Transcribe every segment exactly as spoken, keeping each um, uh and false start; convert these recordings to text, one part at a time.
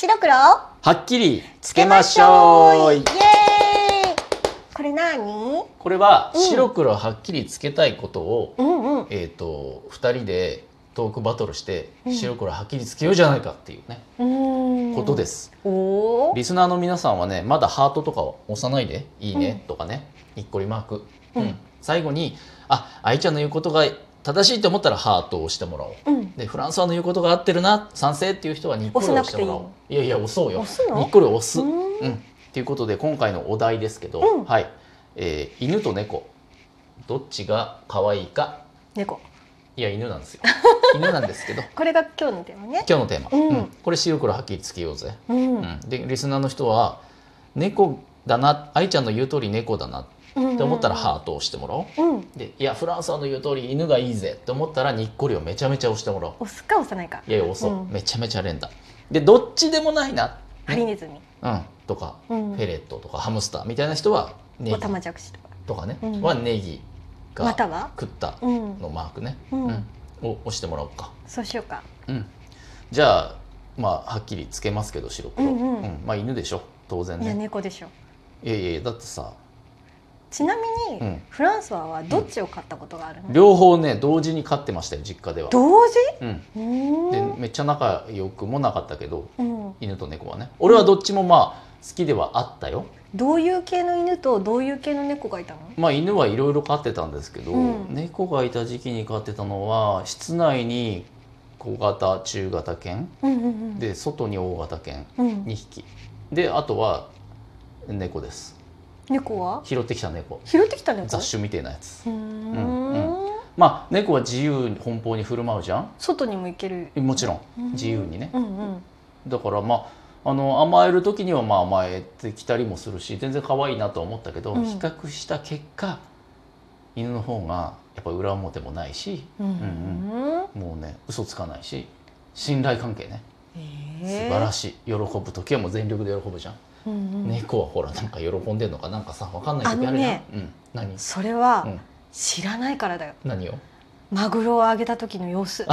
白黒はっきりつけましょう。 イエーイ。これ何？ これはうん白黒はっきりつけたいことを、 うんうん。 えっ、とふたりでトークバトルしてうん白黒はっきりつけようじゃないかっていうね、 うーんことです。 おお。 リスナーの皆さんはね、まだハートとかを押さないでいいねとかね、にっこりマーク、 うんうん最後にあ愛ちゃんの言うことが正しいと思ったらハートを押してもらおう。 うんでフランスワの言うことが合ってるな賛成っていう人はにっこり押してもらおう。いやいや押そうよ。 押すのにっこり押す。 ううんーんっていうことで今回のお題ですけど、 うんはい、えー犬と猫どっちが可愛いか。 猫。 いや犬なんですよ。犬なんですけどこれが今日のテーマね。 今日のテーマ、 うんうんこれ白黒はっきりつけようぜ。 うんうんうんでリスナーの人は猫だな愛ちゃんの言う通り猫だなって思ったらハートを押してもらおう。 うん。 でいやフランスワの言う通り犬がいいぜって思ったらにっこりをめちゃめちゃ押してもらおう。 押すか押さないか。 いやいや押そう、 うんめちゃめちゃ連打でどっちでもないな、 ハリネズミ。 うん、とか、 うんフェレットとかハムスターみたいな人はネギオタマジャクシとか。 とかね、 うんはネギがまたは食ったうん。 のマークね、 うんうんを押してもらおうか。 そうしようか。 うん、じゃあまあはっきりつけますけど白黒、 うんうんまあ犬でしょ当然いやね。 猫でしょ。 いやいやだってさちなみに、 うんフランスワはどっちを飼ったことがあるの？ 両方ね同時に飼ってましたよ実家では。 同時？ うん、 うーでん。 めっちゃ仲良くもなかったけどうん。 犬と猫はね俺はどっちもまあ好きではあったよ。 どういう系の犬とどういう系の猫がいたの？ まあ犬はいろいろ飼ってたんですけど、 うん猫がいた時期に飼ってたのは室内に小型中型犬うんうんうん。 で外に大型犬うん。 にひきであとは猫です。 猫は？ 拾ってきた猫拾ってきた猫？ 雑種みたいなやつ。 うーん。 まあ猫は自由に奔放に振る舞うじゃん。 外にも行ける。 もちろんうん自由にね。 うんうん。 だからまああの甘える時にはまあ甘えてきたりもするし全然可愛いなとは思ったけど、 うん比較した結果犬の方がやっぱ裏表もないし、 うんうん。 もうね嘘つかないし信頼関係ね素え晴らしい。喜ぶ時はもう全力で喜ぶじゃん。 い。うんうん。 猫はほらなんか喜んでんのかなんかさ分かんない時あるじゃん。 あのねうん、何、 それはうん、 知らないからだよ。 何をマグロをあげた時の様子。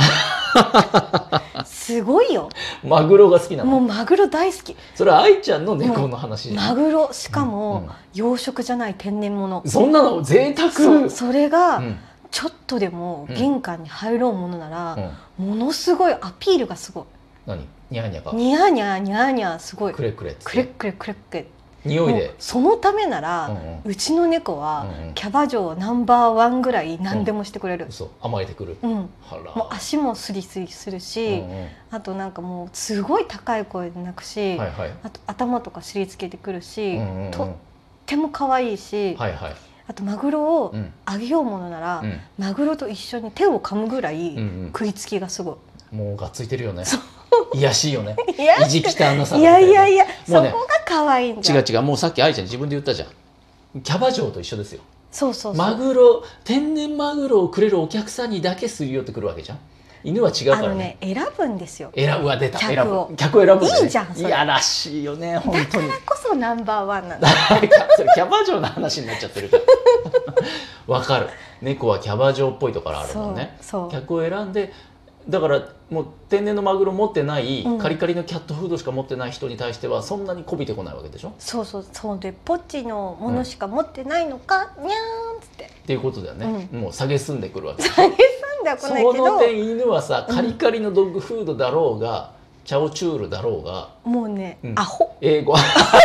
すごいよ。 マグロが好きなの。 もうマグロ大好き。 それは愛ちゃんの猫の話じゃん。 マグロしかうんも養殖じゃない天然物。 そんなの贅沢。 そうそれがうんちょっとでもうん玄関に入ろうものなら、 うん、 ものすごいアピールがすごい。 何ニャーニャかニャーニャーニャーニャーすごい。 くれくれっつってくれくれくれくれ。もう匂いで、 そのためなら、 うんうんうちの猫は、 うんうんキャバ嬢ナンバーワンぐらい何でもしてくれる。 そう甘えてくる。 うん。 はらもう足もスリスリするし、 うんうんあとなんかもうすごい高い声で鳴くし、 はいはいあと頭とか尻つけてくるし、 うんうんうんとっても可愛いし、 はいはいあとマグロをうんあげようものなら、 うんマグロと一緒に手を噛むぐらいうんうん食いつきがすごもうがっついてるよね。癒やしいよね。 い。いや意地汚なさいやいやいや、 もそうこねが可愛いんじゃん。 違う違うもうさっき愛ちゃん自分で言ったじゃん。キャバ嬢と一緒ですよ。 そうそうそう。 マグロ天然マグロをくれるお客さんにだけすり寄ってくるわけじゃん。犬は違うあからね。 のね選ぶんですよ。 選ぶは出た選客をぶ客を選ぶんだね。 いいじゃんそれいやらしいよね本だ当に。 からこそナンバーワンなんだ。 それキャバ嬢の話になっちゃってるからわかる。猫はキャバ嬢っぽいところあるもんね。 そうそう。 客を選んでだからもう天然のマグロ持ってない、 うんカリカリのキャットフードしか持ってない人に対してはそんなにこびてこないわけでしょっそうそうそうでポッチのものしか持ってないのか、にゃーんっつってていうことだよね、 うもう下げすんでくるわけ下げすんでは来そないけど、 の点犬はさうんカリカリのドッグフードだろうが、チャオチュールだろうがもうね、 うんアホ。 英語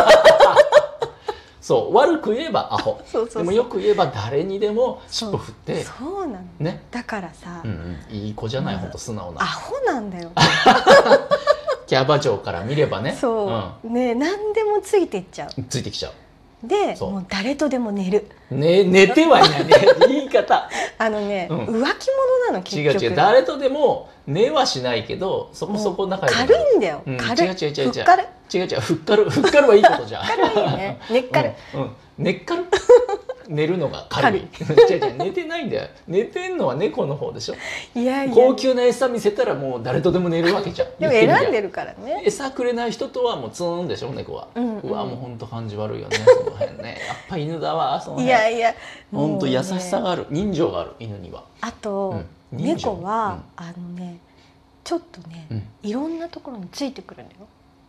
そう悪く言えばアホそうそうそうでもよく言えば誰にでも尻尾振ってそうなの。 ね、 だからさ、 うんうん、いい子じゃない、 うんほんと素直アなホなんだよ。 キャバ嬢から見ればねそう、ね何でもついてっちゃうん、ついてきちゃう。 う。でそうもう誰とでも寝る。 ね、寝てはいないね言い方あのね、 うん浮気者なの結局。 違う違う誰とでも寝はしないけどそこそこ仲良くなる。 軽いんだよ、 うん軽い。 違う違う違う違うふっかる。 違う違うふっかるふっかるはいいことじゃん軽いよね。ねっかる。 うんうん、寝っかる寝るのが軽い違う違う寝てないんだよ。寝てんのは猫の方でしょ。 いやいや。 高級な餌見せたらもう誰とでも寝るわけじゃん。 でも言ってみりゃ選んでるからね。 餌くれない人とはもうツーンでしょ猫は、 うんうんわもうほんと感じ悪いよねその辺ねやっぱ犬だわそのい辺。 やいや。 ほんと優しさもうねがある人情がある犬には。 あと、 うん人情猫は、あのねちょっとね、 うんいろんなところについてくるんだよ。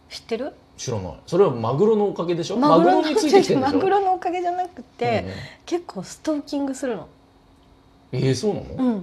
知ってる？ 知らない。それはマグロのおかげでしょ。 マグロのマグロについてきてるんでしょ。 マグロのおかげじゃなくて、 うんうん、 結構ストーキングするの。 えー、そうなの？ うんうんうん、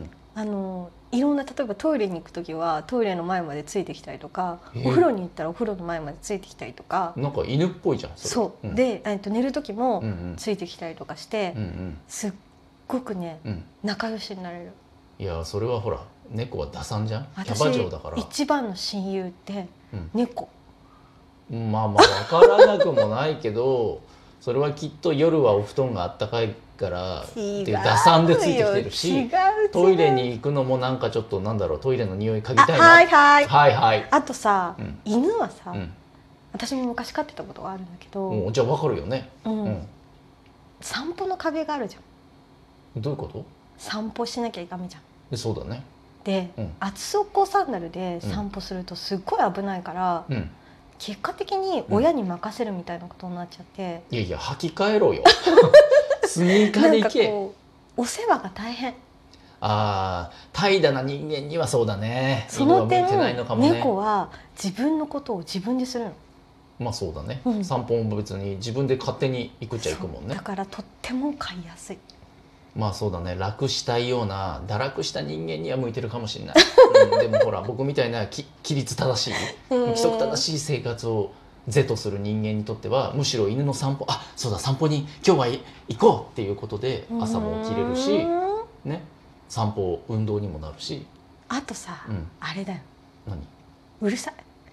あのいろんな、例えばトイレに行く時はトイレの前までついてきたりとか、 えーお風呂に行ったらお風呂の前までついてきたりとか、 なんか犬っぽいじゃんそれ。 そう、 うん、 で、えっと、寝る時もうんうん、 ついてきたりとかして、 うんうん、 すっごくね、 うん、 仲良しになれる。 いやそれはほら猫は打算じゃん。キャ私バ嬢だから一番の親友って猫、 うん、まあまあ分からなくもないけどそれはきっと夜はお布団があったかいから違うで打算でついてきてるし、 違う違うトイレに行くのもなんかちょっとなんだろう、トイレの匂い嗅ぎたいな。 はいはい、 はいはい。 あとさ、 うん、 犬はさ、 うん、 私も昔飼ってたことがあるんだけど、 もうじゃあ分かるよね。 うんうん、 散歩の壁があるじゃん。 どういうこと？ 散歩しなきゃダメじゃん。 でそうだね。 で、 うん、 厚底サンダルで散歩するとすっごい危ないから、 うん、 結果的に親に任せるみたいなことになっちゃって、 いやいや履き替えろよスニーカーなんかで行け。 こうお世話が大変。 ああ怠惰な人間にはそうだね。 その点、 犬は向いてないのかもね。 猫は自分のことを自分でするの。 まあそうだね、 うん、 散歩も別に自分で勝手に行くっちゃ行くもんね。 だからとっても飼いやすい。 まあそうだね、楽したいような堕落した人間には向いてるかもしれない、うん、でもほら僕みたいなき規律正しい規則正しい生活を是とする人間にとってはむしろ犬の散歩、あそうだ散歩に今日は行こうっていうことで朝も起きれるし、ね、散歩運動にもなるし。 あとさ、うん、あれだよ、 何？ うるさい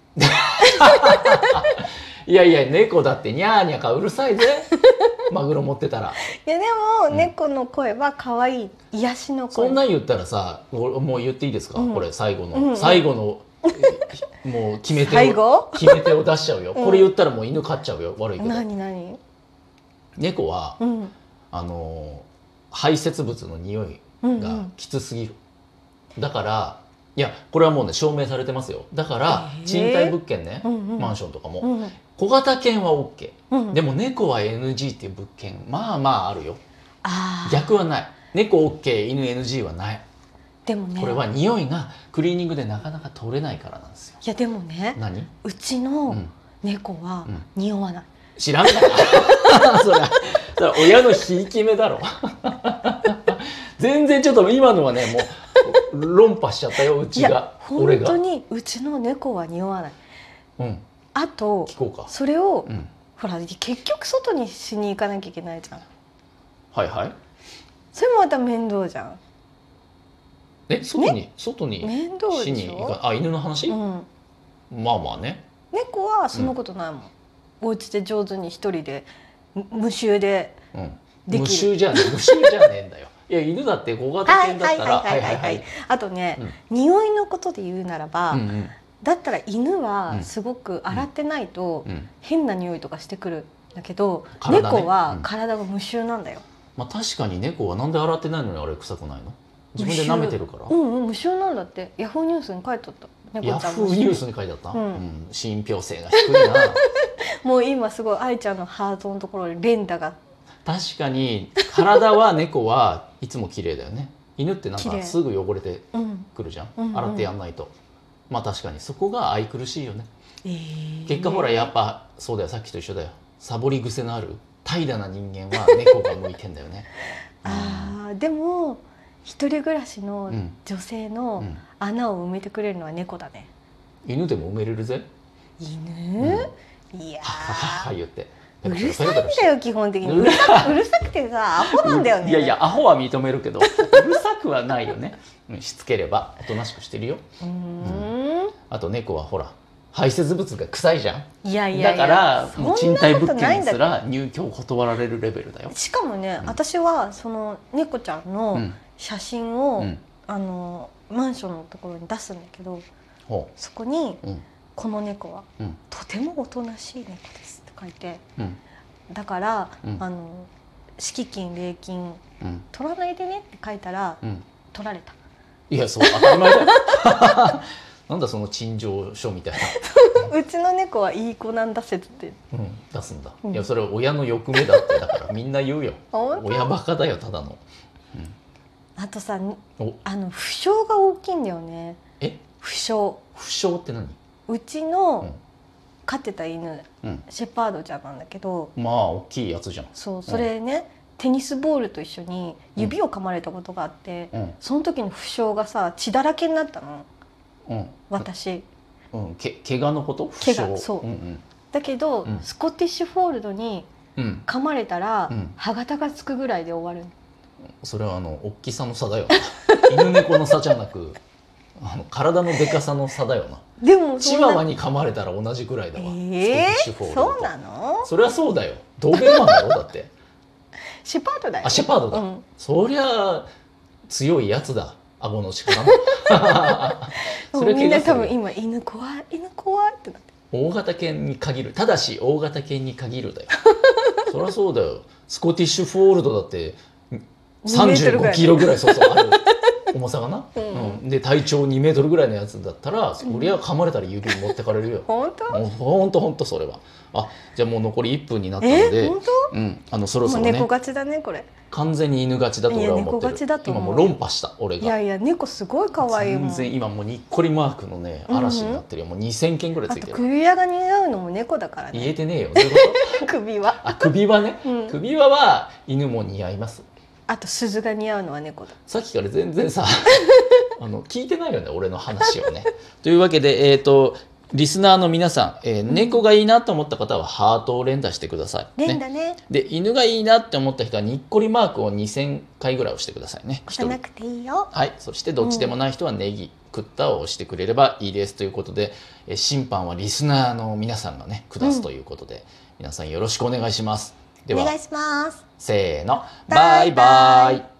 いやいや猫だってニャーニャかうるさいぜマグロ持ってたら。 いやでも、うん、猫の声は可愛い癒しの声。 そんなん言ったらさ、もう言っていいですか、うん、これ最後の、うんうん、最後のもう決め手を決め手を出しちゃうよ、うん、これ言ったらもう犬飼っちゃうよ、悪いけど。 何何？ 猫は、うん、あの排泄物の匂いがきつすぎる、うんうん、だからいやこれはもうね証明されてますよ。だから賃貸物件ね、うんうん、マンションとかも、うん、小型犬は OK、うん、でも猫は エヌジー っていう物件まあまああるよ。あ逆はない。猫 OK 犬 エヌジー はない。でもねこれは匂いがクリーニングでなかなか取れないからなんですよ。 いやでもね、 何？ うちの猫は匂わない、うん、 知らんからそれはそれは親のひいき目だろ全然ちょっと今のはねもう論破しちゃったようちが。俺が本当にうちの猫は匂わない、うん、あと聞こうか。 それを、うん、ほら結局外にしに行かなきゃいけないじゃん。 はいはい。 それもまた面倒じゃん。 え外に、ね、外に面倒でしょ。 あ犬の話、うん、まあまあね。 猫はそんなことないもん、うん、お家で上手に一人で無臭でできる、うん、 無臭じゃねえ無臭じゃねえんだよいや犬だって小型犬だったらはいはいはい。 あとね、うん、匂いのことで言うならば、うんうん、だったら犬はすごく洗ってないと変な匂いとかしてくるんだけど、うんね、猫は体が無臭なんだよ、 うん、まあ確かに猫はなんで洗ってないのにあれ臭くないの？自分で舐めてるから。 うんうん無臭なんだって。ヤフーニュースに書いてあった。 ヤフーニュースに書いてあった、うんうん、信憑性が低いなもう今すごい愛ちゃんのハートのところに連打が。 確かに体は猫はいつも綺麗だよね。犬ってなんかすぐ汚れてくるじゃん、うんうんうん、洗ってやんないと。まあ確かにそこが愛くるしいよね、えー、結果ほらやっぱそうだよ、さっきと一緒だよ。サボり癖のある怠惰な人間は猫が向いてんだよねあーでも一人暮らしの女性の穴を埋めてくれるのは猫だね、 うん、犬でも埋めれるぜ。 犬、うん、いやーははは言ってうるさいんだよ基本的に。うるさうるさくてさアホなんだよね。 いやいやアホは認めるけどうるさくはないよねしつければおとなしくしてるよ。うん、うん、あと猫はほら排泄物が臭いじゃん。 いやいやいやだからもう賃貸物件すら入居を断られるレベルだよ。 しかもね、うん、私はその猫ちゃんの写真を、うん、あのマンションのところに出すんだけど、うん、そこに、うん、この猫は、うん、とてもおとなしい猫ですって書いて、うん、だから、うん、あの敷金礼金、うん、取らないでねって書いたら、うん、取られた。 いやそう当たり前だよなんだその陳情書みたいなうちの猫はいい子なんだ説って、 うん、出すんだ、うん、いやそれは親の欲目だってだからみんな言うよ親バカだよただの、 うん、あとさあの負傷が大きいんだよね。 え負傷負傷って何？ うちの飼ってた犬、うん、シェパードちゃんなんだけど、 まあ大きいやつじゃん。 そうそれね、うん、テニスボールと一緒に指を噛まれたことがあって、うん、その時の負傷がさ血だらけになったの、うん、私、 うん、け怪我のこと負傷怪我そう、うんうん、だけど、うん、スコティッシュフォールドに噛まれたら、うん、歯型がつくぐらいで終わる。 それはあの大きさの差だよ犬猫の差じゃなくあの体のでかさの差だよな。 でもチワワに噛まれたら同じぐらいだわ、 えー、そうなの？ そりゃそうだよ、ドーベルマンだろだってシェパードだよ。 あシェパードだ、うん、そりゃ強いやつだ、顎の力もそれみんな多分今犬怖い犬怖いってなって。 大型犬に限る、ただし大型犬に限るだよそりゃそうだよ。スコティッシュフォールドだってさんじゅうごキロぐらいそうそうある重さがな、うんうん、で体長にメートルぐらいのやつだったらそりゃ噛まれたら指持ってかれるよ。 本当？ 本当本当それは。あ、じゃあもう残りいっぷんになったので、 本当？ うん、あのそろそろね。 猫勝ちだねこれ。 完全に犬勝ちだと俺は思ってる。 猫勝ちだと思う。 今もう論破した俺が。 いやいや猫すごい可愛いもん。 全然今もうにっこりマークのね嵐になってるよ。もうにせんけんぐらいついてる。 あと首輪が似合うのも猫だからね。 言えてねえよ。どういうこと？首輪。 あ首輪ね、うん。首輪は犬も似合います。 あと鈴が似合うのは猫だ。 さっきから全然さあの聞いてないよね俺の話をね。というわけで、えーと、リスナーの皆さん、えー、猫がいいなと思った方はハートを連打してください、 ね、連打ね。 で犬がいいなって思った人はにっこりマークをにせんかいぐらい押してくださいね。 押さなくていいよ。 はい。そしてどっちでもない人はネギ、うん、食ったを押してくれればいいですということで、え審判はリスナーの皆さんがね下すということで、うん、皆さんよろしくお願いします。ではお願いします。せーのバイバイ。